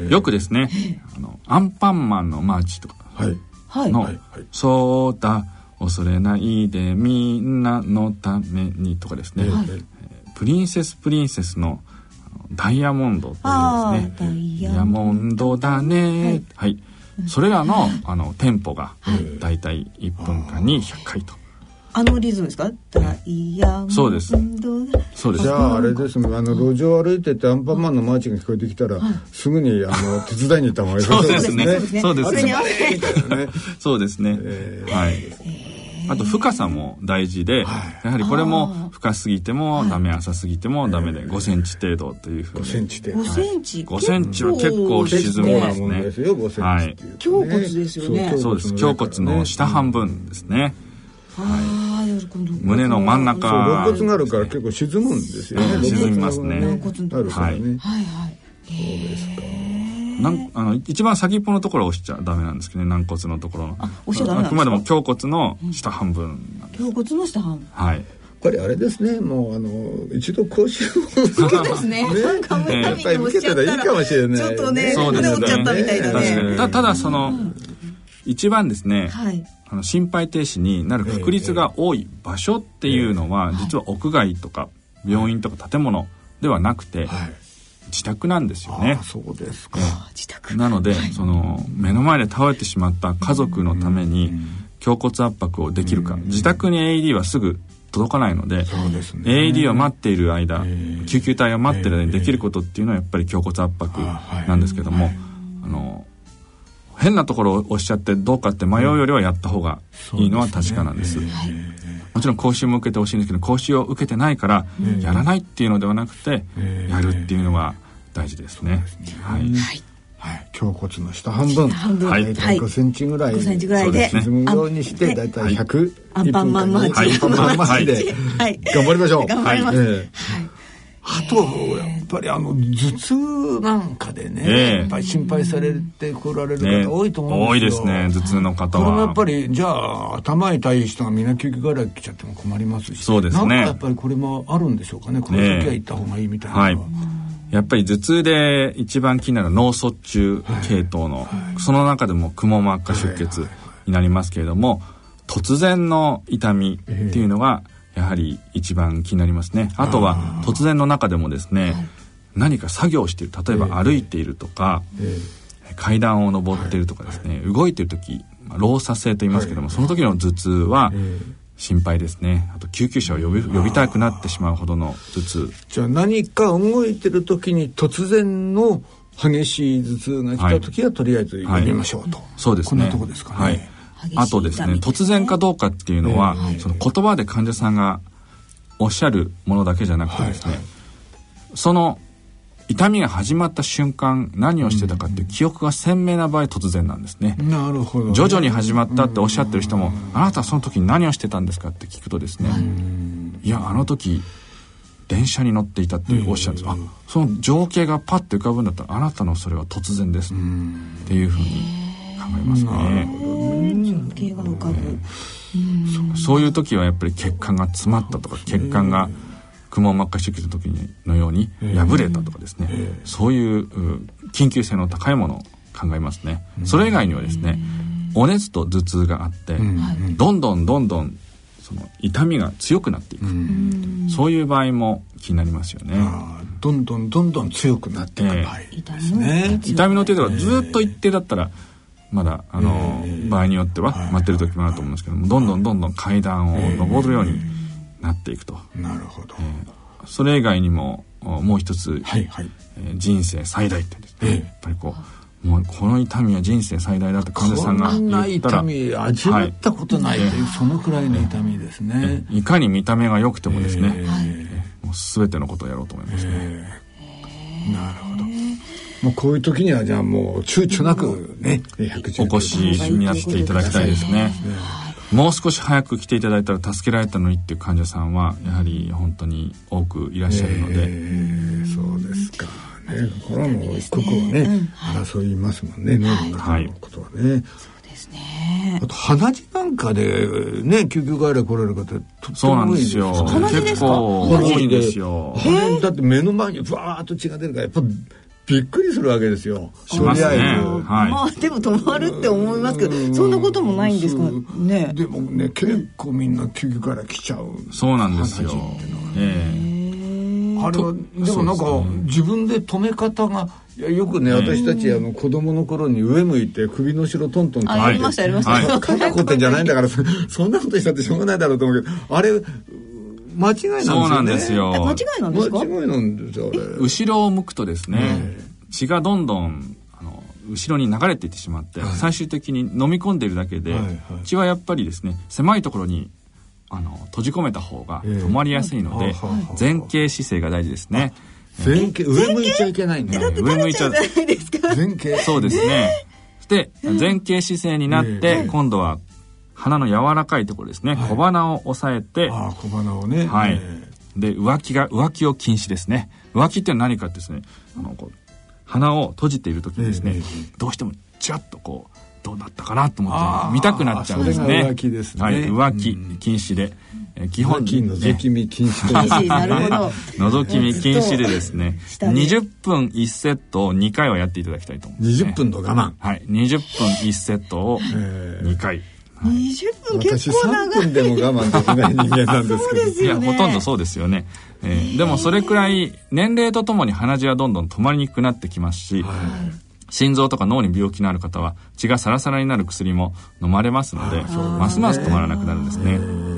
よくですねあのアンパンマンのマーチとかの、はい、そうだ恐れないでみんなのためにとかですね、はい、プリンセスプリンセスのダイヤモンドというですね、ダイヤモンドだね、はい、はい、それらのあのテンポがだいたいいっぷんかんにひゃっかいと。 あのリズムですか？ダイヤモンド。 そうです。そうです。 じゃああれですね、あの路上を歩いててアンパンマンのマーチが聞こえてきたら、はい、すぐにあの手伝いに行った方がいいそうですね。そうですね。そうですね。 えー、 はい。あと深さも大事で、はい、やはりこれも深すぎてもダメ、浅すぎてもダメでごセンチ程度というふうに。 ごセンチ程度。 ごセンチ。 ごセンチは結構沈みますね。 ですよ、ごセンチはい。 胸骨ですよね。 そうです。胸骨の下半分ですね。 はい、 胸の真ん中、 肋骨があるから結構沈むんですよね。 沈みますね。 肋骨のところ、 はいはいはい。 そうですか。 なんあの一番先っぽのところを押しちゃダメなんですけどね、軟骨のところの。 あ、押しちゃダメなんですか。 あくまでも胸骨の下半分なんです。 胸骨の下半分。 はい。やっぱりあれですね、もうあの一度講習を受けですね。なんか目やっぱり受けてたらいいかもしれない。 ちょっとね、 そうですね。 折っちゃったみたいなね。 たただその一番ですね。はい。あの心肺停止になる確率が多い場所っていうのは、実は屋外とか病院とか建物ではなくて、自宅なんですよね。 あ、そうですか。 自宅。 なので、その目の前で倒れてしまった家族のために胸骨圧迫をできるか、自宅に エーイーディー はすぐ届かないので、 そうですね、 エーイーディー を待っている間、救急隊を待っている間にできることっていうのはやっぱり胸骨圧迫なんですけども、あの変なところを押しちゃってどうかって迷うよりはやった方がいいのは確かなんです。もちろん講習も受けてほしいんですけど、講習を受けてないからやらないっていうのではなくて、やるっていうのが大事ですね。はい。 はい、胸骨の下半分、 はい、 大体ごセンチぐらい、 ごセンチぐらいで沈むようにして大体ひゃく、 アンパンマンマーチ、 アンパンマンマーチで頑張りましょう。 頑張ります。 あとやっぱりあの頭痛なんかでね、やっぱり心配されて来られる方多いと思うんですよ、 ね、多いですね頭痛の方は。 これもやっぱりじゃあ頭痛い人がみんな救急外来来ちゃっても困りますし、 そうですね、 なんかやっぱりこれもあるんでしょうかね、この時は行った方がいいみたいな、ね、はい、 やっぱり頭痛で一番気になる脳卒中系統の、はいはい、その中でもくも膜下出血になりますけれども、はいはいはい、突然の痛みっていうのがやはり一番気になりますね。あとは突然の中でもですね、はい、何か作業している、例えば歩いているとか、えー、階段を上っているとかですね、はい、動いている時、労作性と言いますけども、はい、その時の頭痛は心配ですね。あと救急車を呼び、呼びたくなってしまうほどの頭痛。 じゃあ何か動いてる時に突然の激しい頭痛が来た時は、はい、とりあえず呼びましょうと、はい、 そうですね、 こんなとこですかね、はい、 あとですね、突然かどうかっていうのは、えー、その言葉で患者さんがおっしゃるものだけじゃなくてですね、はいはい、その痛みが始まった瞬間何をしてたかっていう記憶が鮮明な場合突然なんですね。 なるほど、ね、 徐々に始まったっておっしゃってる人も、あなたはその時に何をしてたんですかって聞くとですね、いやあの時電車に乗っていたっておっしゃるんです。あ、その情景がパッと浮かぶんだったら、あなたのそれは突然ですっていうふうに考えますね。 情景が浮かぶ、 えー、そ, そういう時はやっぱり血管が詰まったとか、血管がくも膜下出血の時のように破れたとかですね、えー、そういう緊急性の高いものを考えますね。それ以外にはですね、お熱と頭痛があって、どんどんどんどんその痛みが強くなっていく、そういう場合も気になりますよね。 あ、どんどんどんどん強くなっていく場合ですね。 痛みの程度がずっと一定だったらまだあの、えー、場合によっては待ってる時もあると思うんですけども、どんどんどんどん階段を上るようになっていくと、 えー、なるほど、 えー、それ以外にももう一つ、はいはい、えー、人生最大ってですね、えー、やっぱりこうもうこの痛みは人生最大だと患者さんが言ったら、こんな痛み味わったことないという、はい、そのくらいの痛みですね、 えー、いかに見た目が良くてもですね、えー、もう全てのことをやろうと思いますね、えー、なるほど。もうこういう時にはじゃあもう躊躇なくね、 お越しになっていただきたいですね。もう少し早く来ていただいたら助けられたのにっていう患者さんはやはり本当に多くいらっしゃるので、 えー、そうですかね。これはもう一刻をね、うん、争いますもんね、脳の中のことはね、はい、 そうですね。 あと鼻血なんかでね、救急外来来られる方とっても多いですよ。 そうなんですよ。結構多いんですよ。 だって目の前にふわーっと血が出るからやっぱびっくりするわけですよ。 しますね。 とりあえず、はい、まあでも止まるって思いますけど、そんなこともないんですかね。 でもね、結構みんな救急から来ちゃう。 そうなんですよ。えー、あれはでもなんか、ね、自分で止め方がいやよくね、私たちあの子供の頃に上向いて首の後ろトントンあやりましたやりました。 肩こってんじゃないんだからそんなことしたってしょうがないだろうと思うけど、あれ間違いなんですよね。 そうなんですよ。 間違いなんですか？ 間違いなんですよ。 後ろを向くとですね、血がどんどんあの後ろに流れていってしまって、はい、最終的に飲み込んでいるだけで、はいはい、血はやっぱりですね、狭いところにあの閉じ込めた方が止まりやすいので、えー、前傾姿勢が大事ですね。 前傾、上向いちゃいけないんだ。 上向いちゃうじゃないですか。 前傾。 そうですね。で前傾姿勢になって、えー、今度は鼻の柔らかいところですね、はい、小鼻を押さえて、 あ小鼻をね、 はい、で浮気が浮気を禁止ですね。浮気って何かってですね、あのこう鼻を閉じている時にですね、えー、どうしてもチラッとこうどうだったかなと思って見たくなっちゃうんですね。 それが浮気ですね。 はい、浮気禁止で、えー、基本に覗き見禁止というなるほど。 覗き見禁止でですね、にじゅっぷんいちセットをにかいはやっていただきたいと思います、ね。 にじゅっぷんの我慢。 はい、にじゅっぷんいちセットをにかい。 にじゅっぷん結構長い。 私さんぷんでも我慢できない人間なんですけど。 そうですよね。 いやほとんどそうですよね。えー、でもそれくらい年齢とともに鼻血はどんどん止まりにくくなってきますし、はい、心臓とか脳に病気のある方は血がサラサラになる薬も飲まれますので、ますます止まらなくなるんですね。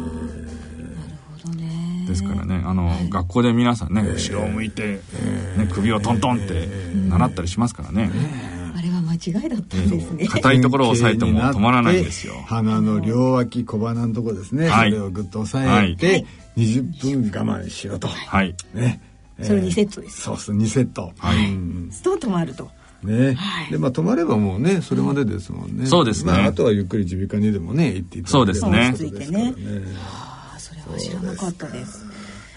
ですからね、あの、はい、学校で皆さんね、後ろを向いて、ね、首をトントンって習ったりしますからね。 あれは間違いだったんですね。 硬いところを押さえても止まらないんですよ。 鼻の両脇小鼻のところですね、はい、それをぐっと押さえて、はい、にじゅっぷん我慢しろと、 はいね、 それにセットです。 そうそうにセット、 はい、 うん、ストンと止まるとね、はい、でまあ止まればもうねそれまでですもんね。 そうですね、 まあ、あとはゆっくり耳鼻科にでもね行っていただいて、 そうですね、 ついてね、はあ、それは知らなかったです。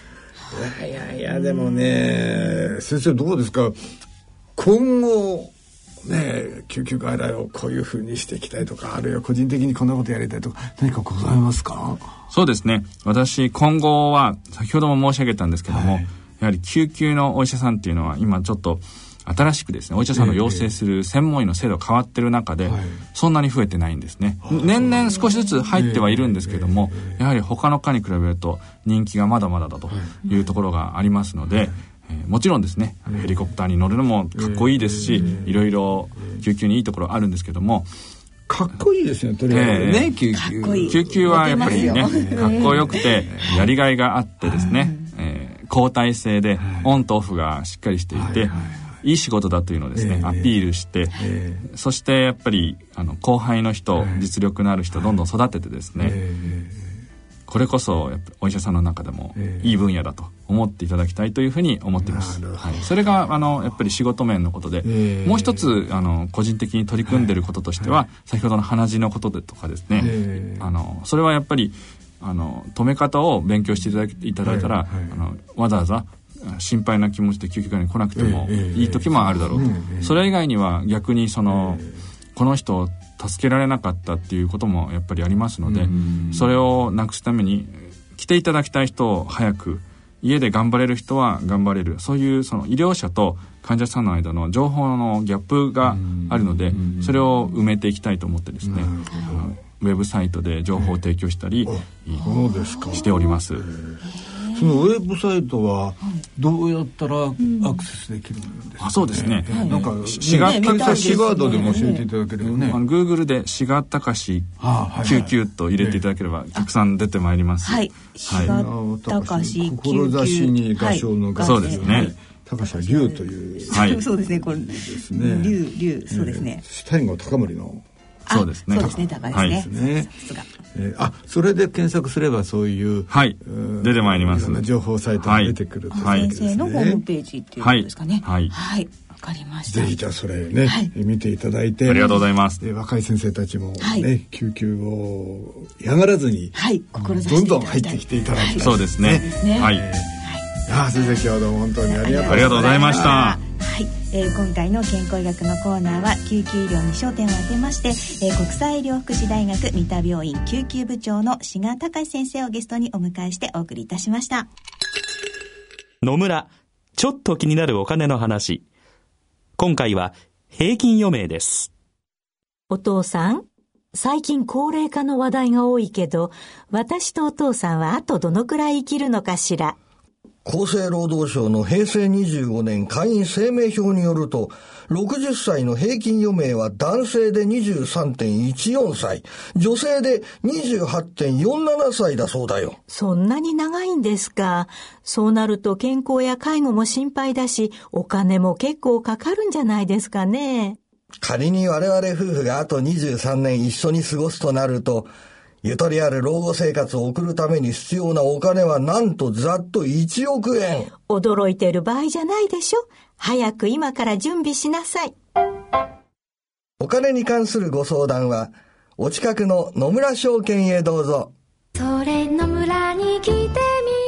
いやいやでもね先生どうですか今後ね救急外来をこういう風にしていきたいとかあるいは個人的にこんなことやりたいとか何かございますか？ そうですね私今後は先ほども申し上げたんですけども、はい、やはり救急のお医者さんっていうのは今ちょっと新しくですねお医者さんの養成する専門医の制度が変わってる中で、えー、そんなに増えてないんですね、はい、年々少しずつ入ってはいるんですけども、えー、やはり他の科に比べると人気がまだまだだというところがありますので、はいえー、もちろんですねヘリコプターに乗るのもかっこいいですし、えー、いろいろ救急にいいところあるんですけどもかっこいいですねとりあえずね、えー、救急救急はやっぱりねかっこよくてやりがいがあってですね、えー、交代制でオンとオフがしっかりしていて、はいはいいい仕事だというのをですね、えー、アピールして、えー、そしてやっぱりあの後輩の人、えー、実力のある人をどんどん育ててですね、えー、これこそやっぱお医者さんの中でもいい分野だと思っていただきたいというふうに思っています、はい、それがあのやっぱり仕事面のことで、えー、もう一つあの個人的に取り組んでいることとしては、はい、先ほどの鼻血のことでとかですね、えー、あのそれはやっぱりあの止め方を勉強していただいただいたら、はいはい、あのわざわざ心配な気持ちで救急科に来なくてもいい時もあるだろうと、えーえー、それ以外には逆にその、えー、この人を助けられなかったっていうこともやっぱりありますので、うん、それをなくすために来ていただきたい人を早く家で頑張れる人は頑張れるそういうその医療者と患者さんの間の情報のギャップがあるので、うん、それを埋めていきたいと思ってですね、ウェブサイトで情報を提供したり、えー、しております。 そのウェブサイトはどうやったらアクセスできるんですか、ねうん、あそうですね、 えー、なんかしがたかしワードでも教えていただければね、 あの Google でしがたかし救急と入れていただければたくさん出てまいります。 はいしがたかし救急志に画商の画、 はい、そうですね高橋龍という、 はい、そうですねこれですね龍龍そうですね下郷隆盛のそうですね。 そうですね。高ですね。はい、さすが。えー、あ、それで検索すればそういう、 はい、出てまいります。 情報サイトが出てくるというわけですね。 先生のホームページっていうことですかね。 はい。 はい。わかりました。 ぜひじゃあそれね、はい、見ていただいて、 ありがとうございます。 で若い先生たちもね、はい、救急を嫌がらずに、 はい、 どんどん入ってきていただきたい。 そうですね。はい。 あ、先生今日はどうも本当にありがとうございました。 はい、えー、今回の健康医学のコーナーは救急医療に焦点を当てまして、えー、国際医療福祉大学三田病院救急部長の志賀隆先生をゲストにお迎えしてお送りいたしました。 野村、ちょっと気になるお金の話。今回は平均余命です。 お父さん、最近高齢化の話題が多いけど、私とお父さんはあとどのくらい生きるのかしら。 厚生労働省の平成にじゅうごねん会員生命表によると、ろくじゅっさいの平均余命は男性で にじゅうさんてんいちよん 歳、女性で にじゅうはちてんよんなな 歳だそうだよ。 そんなに長いんですか。そうなると健康や介護も心配だし、お金も結構かかるんじゃないですかね。 仮に我々夫婦があとにじゅうさんねん一緒に過ごすとなると、ゆとりある老後生活を送るために必要なお金はなんとざっといちおくえん。 驚いてる場合じゃないでしょ。早く今から準備しなさい。 お金に関するご相談はお近くの野村証券へどうぞ。 それ野村に来てみよ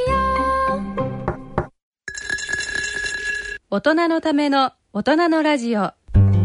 う。 大人のための大人のラジオ。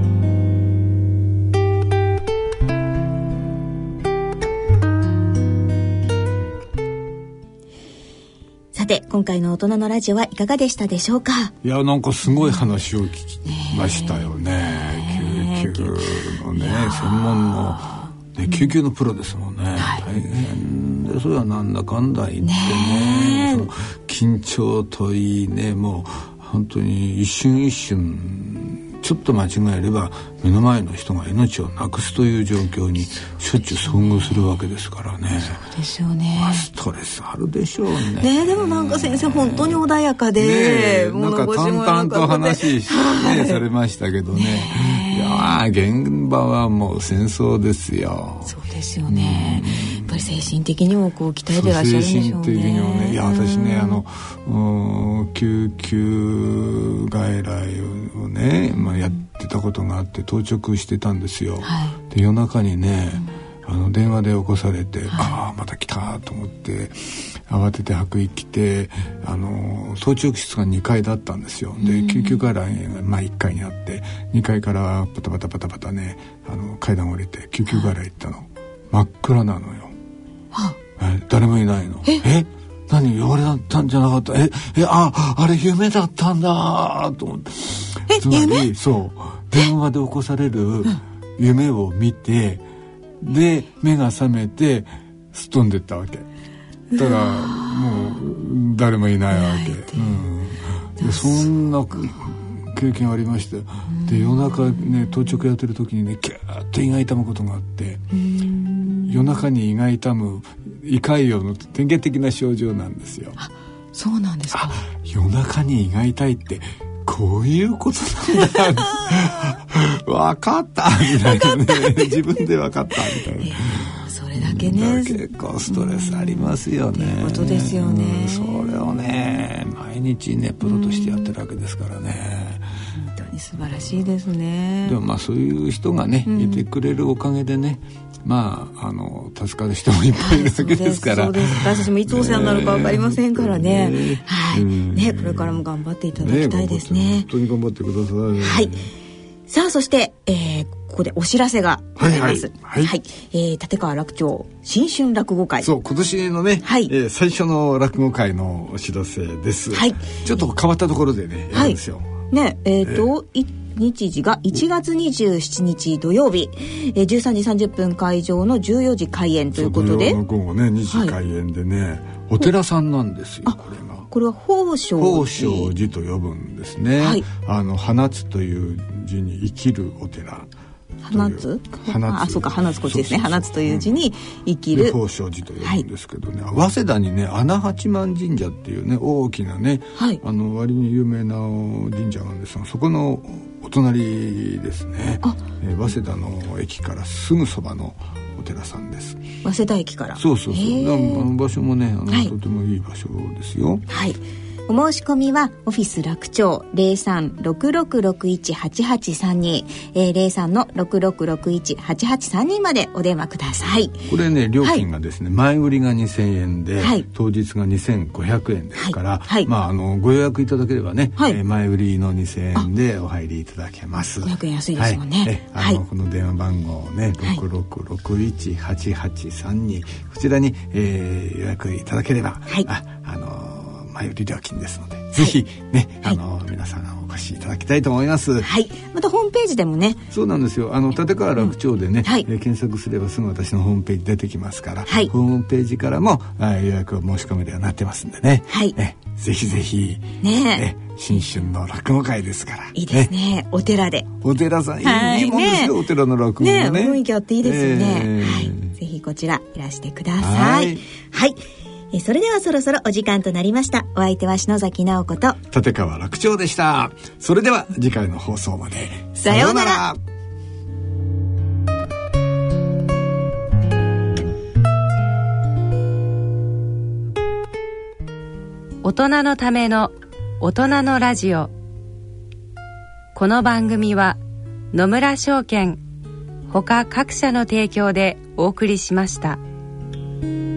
さて今回の大人のラジオはいかがでしたでしょうか。 いやなんかすごい話を聞きましたよね。救急のね専門の、ね、救急のプロですもんね、はい、大変でそれはなんだかんだ言って ね, ねその緊張といいねもう本当に一瞬一瞬ちょっと間違えれば目の前の人が命をなくすという状況にしょっちゅう遭遇するわけですからね。 そうですよね、 まあ、ストレスあるでしょうね。 ねでもなんか先生本当に穏やかで、 ね、なんか淡々と話し、ねはい、されましたけどね。いや現場はもう戦争ですよ。 そうですよね。やっぱり精神的にもこう鍛えてらっしゃるんでしょうね。 精神的にもね。いや私ねあの救急外来をね、まあ、やってたことがあって当直してたんですよ、はい、で夜中にね、 あの電話で起こされて、はい、ああまた来たと思って慌てて白衣着て、あの盗聴器室がにかいだったんですよ。で救急外来が、まあ、いっかいにあってにかいからパタパタパタパタね、あの階段降りて救急外来行ったの、はい、真っ暗なのよ、はあ、え誰もいないの。ええ何汚れだったんじゃなかった、ええああれ夢だったんだと思って、 えつまり夢そう電話で起こされる夢を見て、で目が覚めてすっ飛んでったわけ。ただもう誰もいないわけ、うん、でそんな経験ありました。で夜中ね当直やってる時にねキューッと胃が痛むことがあって、夜中に胃が痛む胃潰瘍の典型的な症状なんですよ。 あ、そうなんですか。 夜中に胃が痛いってこういうことなんだ分かったみたいなね自分で分かったみたいな、 えー、それだけね結構ストレスありますよね、 ということですよね。 それをね毎日ねプロとしてやってるわけですからね、 本当に素晴らしいですね。 でもまあそういう人がね、うん、いてくれるおかげでね、まあ、あの助かる人もいっぱいいるわけですから、 はい、そうです、そうです。私たちもいつお世話になるか分かりませんからね、ねはい、うん、ね、これからも頑張っていただきたいですね。 ね、本当に頑張ってください。 はい。さあそして、えー、ここでお知らせがございます。はい、はいはい、えー、立川楽町新春落語会、 そう今年のね、はい、えー、最初の落語会のお知らせです。はい、ちょっと変わったところでね、やるんですよ。 ね、えーと、えー日時がいちがつにじゅうしちにち土曜日、えー、じゅうさんじさんじゅっぷん会場のじゅうよじ開演ということで、 そう土曜の午後ねにじ開演でね、はい、お寺さんなんですよ。これがこれは宝生寺宝生寺と呼ぶんですね、はい、あの放つという字に生きるお寺、 放つ放つあそうか放つこっちですね。放つという字に生きる、 うん、宝生寺と呼ぶんですけどね、はい、早稲田にね穴八幡神社っていうね大きなね、はい、あの割に有名な神社なんですが、そこのお隣ですね、えー、早稲田の駅からすぐそばのお寺さんです。 早稲田駅から。 そうそうそう、あの場所もねあの、はい、とてもいい場所ですよ。 はい。お申し込みはオフィス楽町 ゼロさん ろくろくろくいち はちはちさんに、えー、ゼロさんの ろくろくろくいち はちはちさんにまでお電話ください。 これね料金がですね、はい、前売りがにせんえんで、はい、当日がにせんごひゃくえんですから、はいはい、まああのご予約いただければね、はい、えー、前売りのにせんえんでお入りいただけます。 ごひゃくえん安いですもんね。 はい、あの、はい、この電話番号ね ろくろくろくいち はちはちさんに、こちらに、えー、予約いただければ、はい、ああの前売り料金ですので、はい、ぜひね、はい、あの皆さんお越しいただきたいと思います。 はい。またホームページでもね。 そうなんですよ。あの立川楽町でね、うん、はい、えー、検索すればすぐ私のホームページ出てきますから、はい、ホームページからも予約を申し込めるようになってますんでね。はい。ね、ぜひぜひね、ね、新春の落語会ですから。 いいですね。ね、お寺で。お寺さん、はい、いいもんですよ、ね、お寺の落語ね。 ね、雰囲気あっていいですよね。えー、はい。ぜひこちらいらしてください。はい。はい。それではそろそろお時間となりました。お相手は篠崎直子と立川楽長でした。それでは次回の放送までさようなら。 大人のための大人のラジオ。この番組は野村証券ほか各社の提供でお送りしました。